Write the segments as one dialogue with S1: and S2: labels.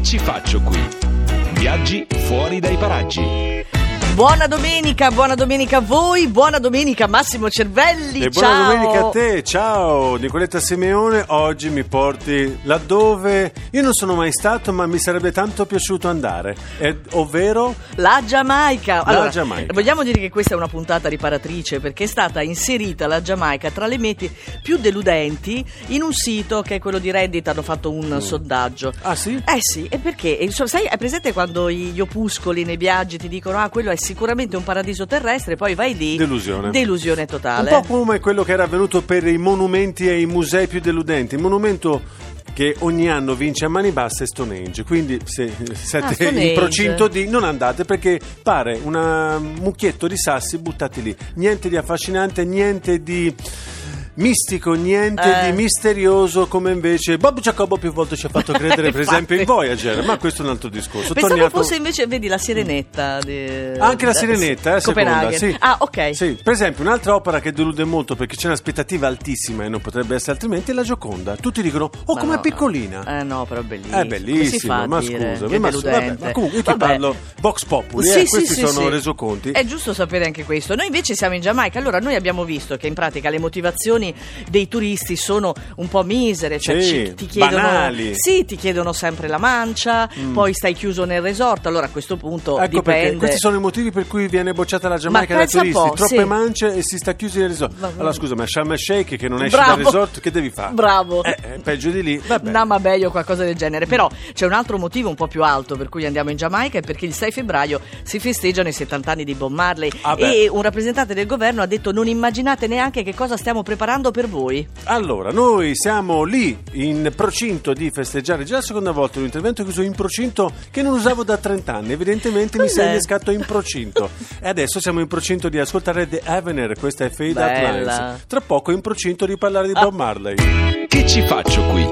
S1: ci faccio qui? Viaggi fuori dai paraggi.
S2: Buona domenica a voi, buona domenica Massimo Cervelli,
S3: e
S2: ciao.
S3: Buona domenica a te, ciao Nicoletta Simeone. Oggi mi porti laddove io non sono mai stato, ma mi sarebbe tanto piaciuto andare, ovvero
S2: la Giamaica. Allora,
S3: Giamaica.
S2: Vogliamo dire che questa è una puntata riparatrice, perché è stata inserita la Giamaica tra le mete più deludenti in un sito che è quello di Reddit. Hanno fatto un sondaggio.
S3: Ah sì?
S2: Sì, e perché? Sai, è presente quando gli opuscoli nei viaggi ti dicono quello è sicuramente un paradiso terrestre, poi vai lì, delusione totale.
S3: Un po' come quello che era avvenuto per i monumenti e i musei più deludenti. Il monumento che ogni anno vince a mani basse è Stonehenge, quindi se siete in procinto di non andate, perché pare un mucchietto di sassi buttati lì, niente di affascinante, niente di mistico, niente di misterioso, come invece Bob Giacobbo più volte ci ha fatto credere, per esempio in Voyager, ma questo è un altro discorso.
S2: Pensavo fosse invece, vedi, la Sirenetta
S3: anche la Sirenetta, seconda, sì.
S2: Ok.
S3: Sì. Per esempio un'altra opera che delude molto perché c'è un'aspettativa altissima e non potrebbe essere altrimenti è la Gioconda. Tutti dicono com'è piccolina.
S2: No, però è bellissima.
S3: È bellissima, ma scusa, ma comunque io ti parlo Vox Populi, questi sono resoconti.
S2: È giusto sapere anche questo. Noi invece siamo in Giamaica. Allora noi abbiamo visto che in pratica le motivazioni dei turisti sono un po' misere, cioè ti chiedono,
S3: banali.
S2: Sì, ti chiedono sempre la mancia, poi stai chiuso nel resort. Allora a questo punto dipende.
S3: Perché questi sono i motivi per cui viene bocciata la Giamaica dai turisti, troppe mance e si sta chiusi nel resort. Allora scusa, ma Sharm el Sheikh che non esci dal resort, che devi fare?
S2: Bravo.
S3: Peggio di lì, vabbè.
S2: No, ma bello, qualcosa del genere. Però c'è un altro motivo un po' più alto per cui andiamo in Giamaica, è perché il 6 febbraio si festeggiano i 70 anni di Bob Marley e un rappresentante del governo ha detto: non immaginate neanche che cosa stiamo preparando per voi.
S3: Allora, noi siamo lì in procinto di festeggiare già la seconda volta un intervento che uso in procinto che non usavo da 30 anni. Evidentemente mi si è innescato in procinto. E adesso siamo in procinto di ascoltare The Avener, questa è Fade Out Lines. Tra poco in procinto di parlare di Bob Marley.
S1: Che ci faccio qui?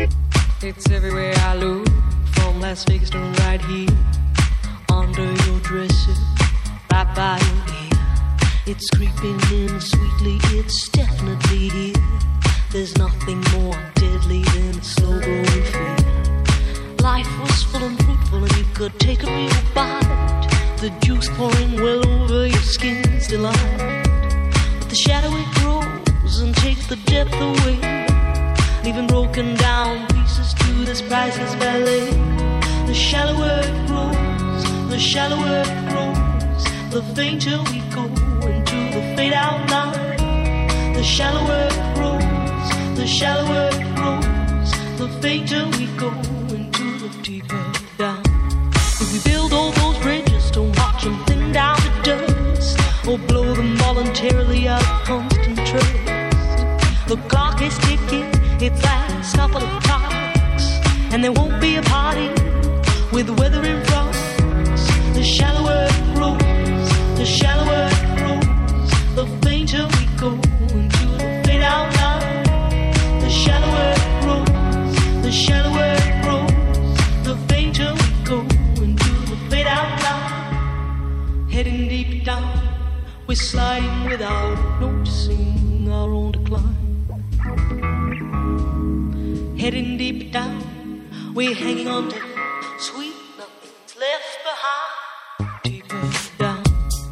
S4: It's everywhere I look, from Las Vegas to right here, under your dresser, right by your ear. It's creeping in sweetly, it's definitely here. There's nothing more deadly than a slow-growing fear. Life was full and fruitful and you could take a real bite. The juice pouring well over your skin's delight. But the shadow it grows and takes the depth away, leaving broken down pieces to this priceless ballet. The shallower it grows, the shallower it grows, the fainter we go into the fade out line. The shallower it grows, the shallower it grows, the fainter we go into the deeper down. If we build all those bridges, don't watch them thin down to dust, or blow them voluntarily out of constant trust. The clock is ticking, its last couple of clocks, and there won't be a party with the weather in front. The shallower it grows, the shallower it grows, the fainter we go into the fade out line. The shallower it grows, the shallower it grows, the fainter we go into the fade out line. Heading deep down, we're sliding without noticing our own decline. Heading deep down, we're hanging on to sweet nothing's left behind. Deeper down.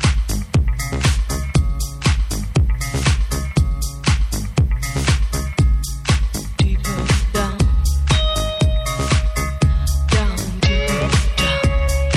S4: Deeper down. Down, deeper down.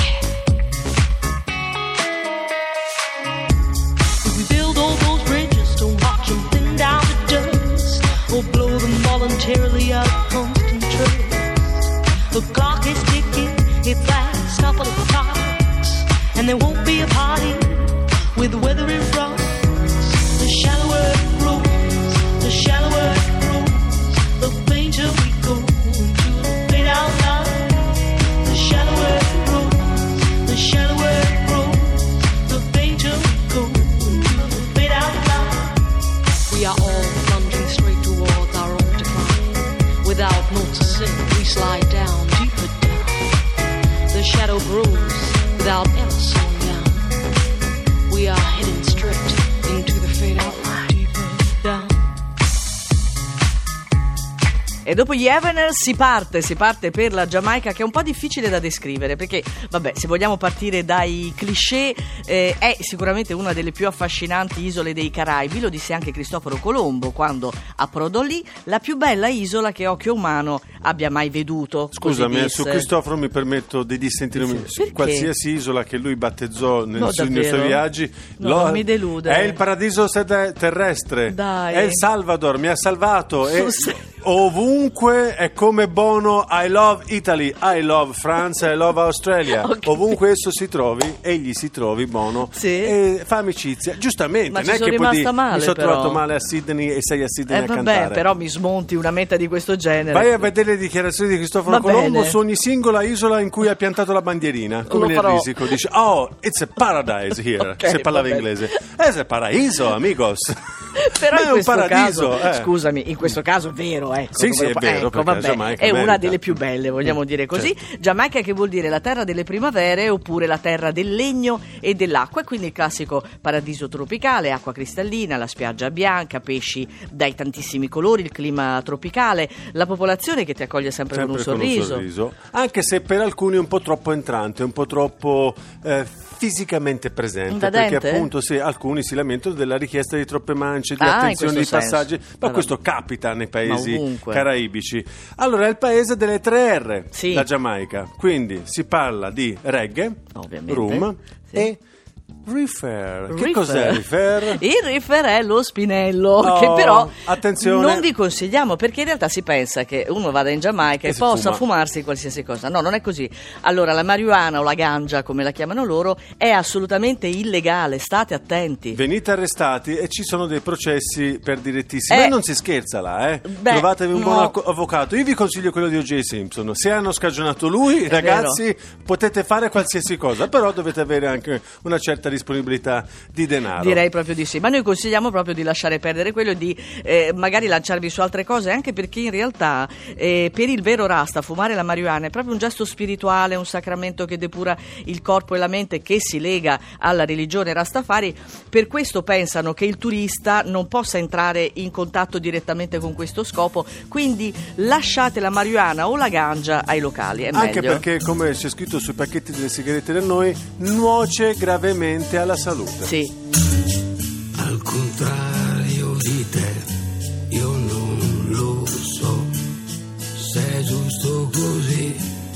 S4: If we build all those bridges, don't watch them thin down to dust, or blow them voluntarily out of constant trust. The clock is ticking, its last couple of clocks, and there won't be a party with the weather in front. The shallower it grows, the shallower it grows, the fainter we go into the fade out line. The shallower it grows, the shallower it grows, the fainter we go into the fade out line. We are all plunging straight towards our own decline. Without noticing, we slide down, deeper down. The shadow grows without ever slowing down. We are heading straight into the fade out line. Deeper down.
S2: E dopo gli Evanescence si parte per la Giamaica, che è un po' difficile da descrivere, perché vabbè, se vogliamo partire dai cliché, è sicuramente una delle più affascinanti isole dei Caraibi. Lo disse anche Cristoforo Colombo quando approdò lì, la più bella isola che occhio umano abbia mai veduto.
S3: Scusami, su Cristoforo mi permetto di dissentirmi. Qualsiasi isola che lui battezzò nei suoi viaggi,
S2: non mi delude.
S3: È il paradiso terrestre.
S2: Dai.
S3: È il Salvador, mi ha salvato. Ovunque è come Bono, I love Italy, I love France, I love Australia.
S2: Okay.
S3: Ovunque esso si trovi, egli si trovi, Bono,
S2: sì.
S3: E fa amicizia. Giustamente,
S2: ma
S3: non è che
S2: poi
S3: mi sono trovato male a Sydney e sei a Sydney a
S2: vabbè,
S3: cantare.
S2: Però mi smonti una meta di questo genere.
S3: Vai a vedere le dichiarazioni di Cristoforo Colombo su ogni singola isola in cui ha piantato la bandierina, come nel Risico. Dice, oh, it's a paradise here.
S2: Okay,
S3: se parlava inglese. È un paradiso, amigos.
S2: Però
S3: ma
S2: in
S3: è un
S2: questo
S3: paradiso.
S2: caso, scusami, in questo caso è vero, ecco.
S3: Sì, è vero,
S2: ecco,
S3: perché Giamaica
S2: è
S3: merita.
S2: una delle più belle, vogliamo dire così. Certo. Giamaica, che vuol dire la terra delle primavere, oppure la terra del legno e dell'acqua, e quindi il classico paradiso tropicale, acqua cristallina, la spiaggia bianca, pesci dai tantissimi colori, il clima tropicale, la popolazione che ti accoglie sempre con un sorriso.
S3: Anche se per alcuni è un po' troppo entrante, un po' troppo fisicamente presente,
S2: invadente?
S3: Perché appunto alcuni si lamentano della richiesta di troppe mance, di attenzione, di passaggi, ma questo capita nei paesi caraibici. Allora è il paese delle 3 R, sì. La Giamaica, quindi si parla di reggae, ovviamente, rum, sì. E reefer. Che cos'è reefer?
S2: Il reefer è lo spinello, che però
S3: attenzione,
S2: non vi consigliamo, perché in realtà si pensa che uno vada in Giamaica e possa fumarsi qualsiasi cosa. No, non è così. Allora la marijuana o la ganja, come la chiamano loro, è assolutamente illegale, state attenti.
S3: Venite arrestati e ci sono dei processi per direttissimi. Non si scherza là, trovatevi un buon avvocato. Io vi consiglio quello di O.J. Simpson. Se hanno scagionato lui, ragazzi, potete fare qualsiasi cosa, però dovete avere anche una certa disponibilità di denaro.
S2: Direi proprio di sì, ma noi consigliamo proprio di lasciare perdere quello e di magari lanciarvi su altre cose, anche perché in realtà per il vero Rasta fumare la marijuana è proprio un gesto spirituale, un sacramento che depura il corpo e la mente, che si lega alla religione Rastafari. Per questo pensano che il turista non possa entrare in contatto direttamente con questo scopo, quindi lasciate la marijuana o la ganja ai locali, è
S3: anche
S2: meglio.
S3: Perché, come c'è scritto sui pacchetti delle sigarette da noi, nuoce gravemente alla salute.
S2: Sì.
S5: Al contrario di te, io non lo so se è giusto così.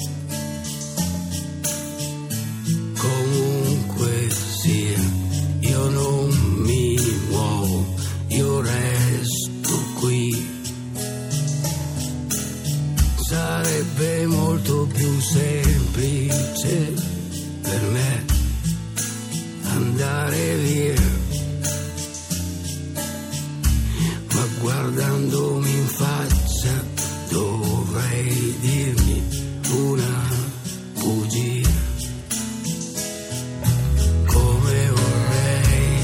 S5: Comunque sia, io non mi muovo, io resto qui. Sarebbe molto più semplice per me andare via, ma guardandomi in faccia dovrei dirmi una bugia. Come vorrei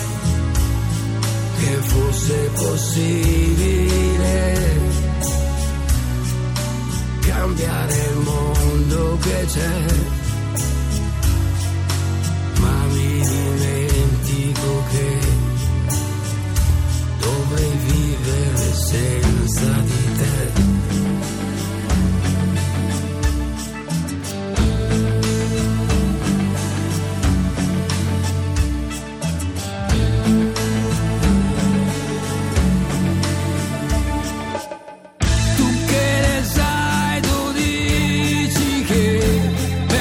S5: che fosse possibile cambiare il mondo che c'è, ma mi dimentico che dovrei vivere senza di te. Tu che ne sai, tu dici che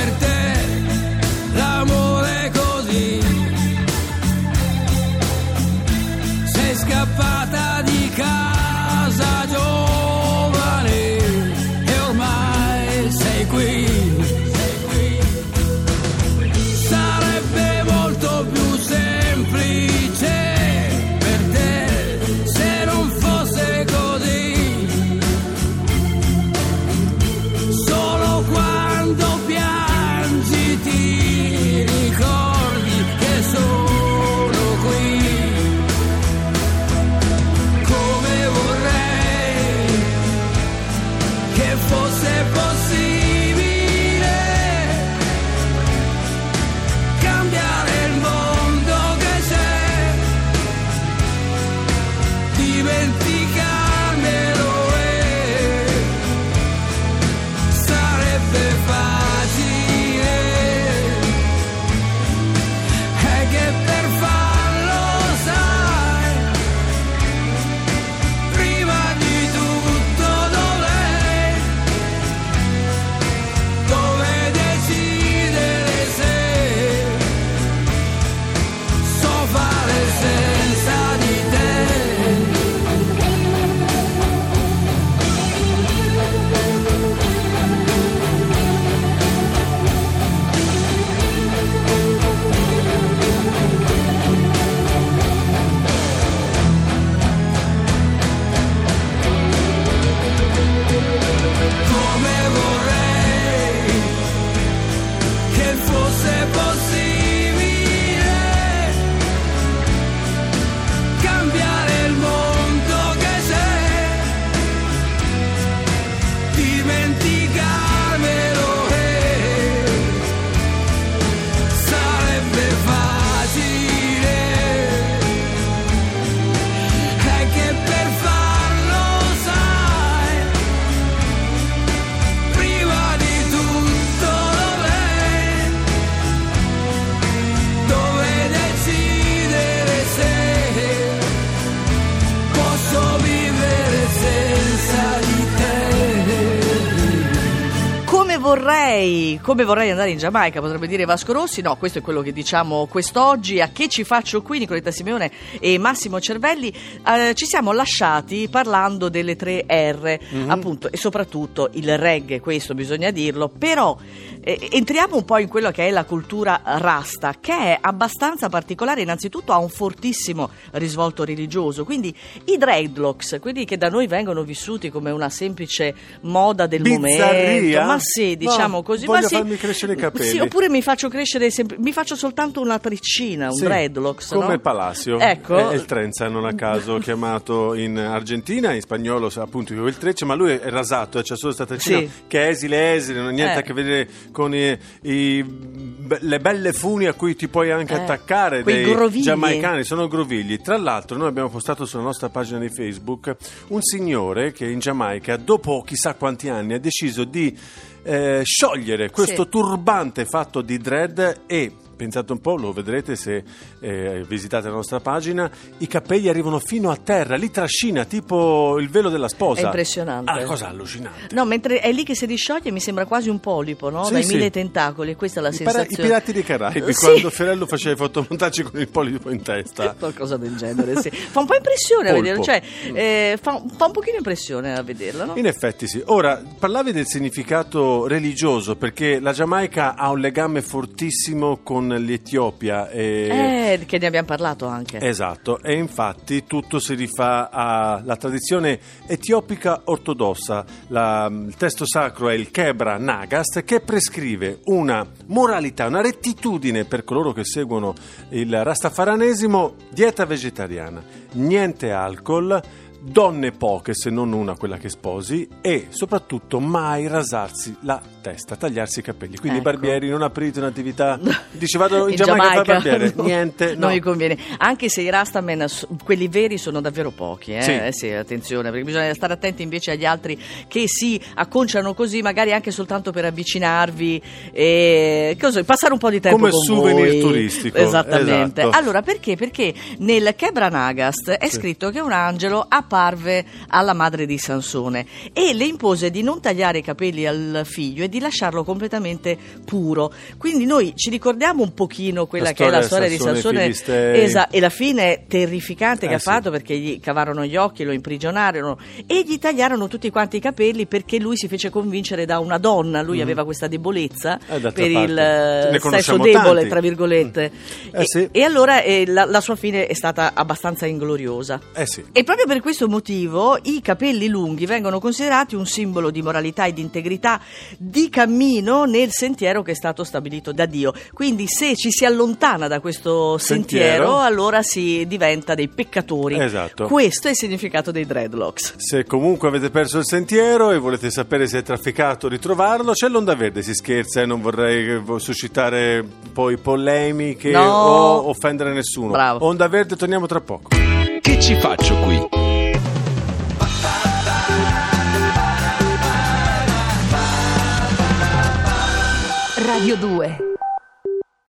S2: come vorrei andare in Giamaica, potrebbe dire Vasco Rossi. No, questo è quello che diciamo quest'oggi. A che ci faccio qui? Nicoletta Simeone e Massimo Cervelli. Ci siamo lasciati parlando delle 3 R, appunto, e soprattutto il reggae, questo bisogna dirlo, però entriamo un po' in quello che è la cultura rasta, che è abbastanza particolare. Innanzitutto ha un fortissimo risvolto religioso, quindi i dreadlocks, quelli che da noi vengono vissuti come una semplice moda del momento, ma sì, diciamo così,
S3: voglio
S2: ma sì,
S3: farmi crescere i capelli,
S2: sì, oppure mi faccio crescere mi faccio soltanto una tricina, un dreadlocks,
S3: come
S2: no?
S3: il Palacio,
S2: ecco.
S3: È il trenza, non a caso chiamato in Argentina, in spagnolo appunto il trecce, ma lui è rasato, c'è solo questa tricina che è esile, non ha niente a che vedere con le belle funi a cui ti puoi anche attaccare,
S2: quei
S3: dei
S2: grovigli
S3: giamaicani, sono grovigli. Tra l'altro noi abbiamo postato sulla nostra pagina di Facebook un signore che in Giamaica, dopo chissà quanti anni, ha deciso di sciogliere questo turbante fatto di dread e, pensate un po', lo vedrete se visitate la nostra pagina, i capelli arrivano fino a terra, li trascina tipo il velo della sposa.
S2: È impressionante.
S3: Una cosa allucinante.
S2: No, mentre è lì che si riscioglie mi sembra quasi un polipo, no? Dai 1000 tentacoli, questa è la sensazione.
S3: I Pirati dei Caraibi, quando Fiorello faceva i fotomontaggi con il polipo in testa.
S2: Qualcosa del genere, sì. Fa un po' impressione a vederlo, cioè fa un pochino impressione a vederlo, no?
S3: In effetti sì. Ora, parlavi del significato religioso, perché la Giamaica ha un legame fortissimo con l'Etiopia
S2: che ne abbiamo parlato anche.
S3: Esatto, e infatti tutto si rifà alla tradizione etiopica ortodossa. Il testo sacro è il Kebra Nagast, che prescrive una moralità, una rettitudine per coloro che seguono il rastafaranesimo: dieta vegetariana, niente alcol, donne poche se non una, quella che sposi, e soprattutto mai rasarsi la testa, tagliarsi i capelli. Quindi i barbieri, non aprite un'attività, dice vado in Giamaica a fare barbiere, niente,
S2: non mi conviene, anche se i rastaman, quelli veri, sono davvero pochi, sì, attenzione, perché bisogna stare attenti invece agli altri che si acconciano così, magari anche soltanto per avvicinarvi e passare un po' di tempo
S3: come
S2: con
S3: souvenir
S2: voi.
S3: Turistico.
S2: Esattamente.
S3: Esatto.
S2: Allora, perché nel Kebra Nagast è scritto che un angelo apparve alla madre di Sansone e le impose di non tagliare i capelli al figlio e di lasciarlo completamente puro. Quindi noi ci ricordiamo un pochino quella che è la storia di Sansone, e la fine terrificante che ha fatto, perché gli cavarono gli occhi, lo imprigionarono e gli tagliarono tutti quanti i capelli, perché lui si fece convincere da una donna. Lui aveva questa debolezza per il sesso debole, tanti, tra virgolette, e allora la sua fine è stata abbastanza ingloriosa. E proprio per questo motivo i capelli lunghi vengono considerati un simbolo di moralità e di integrità, di cammino nel sentiero che è stato stabilito da Dio. Quindi se ci si allontana da questo sentiero, allora si diventa dei peccatori.
S3: Esatto.
S2: Questo è il significato dei dreadlocks.
S3: Se comunque avete perso il sentiero e volete sapere se è trafficato, ritrovarlo, c'è l'Onda Verde, si scherza, e non vorrei suscitare poi polemiche o offendere nessuno.
S2: Bravo.
S3: Onda Verde, torniamo tra poco.
S1: Che ci faccio qui?
S6: Radio 2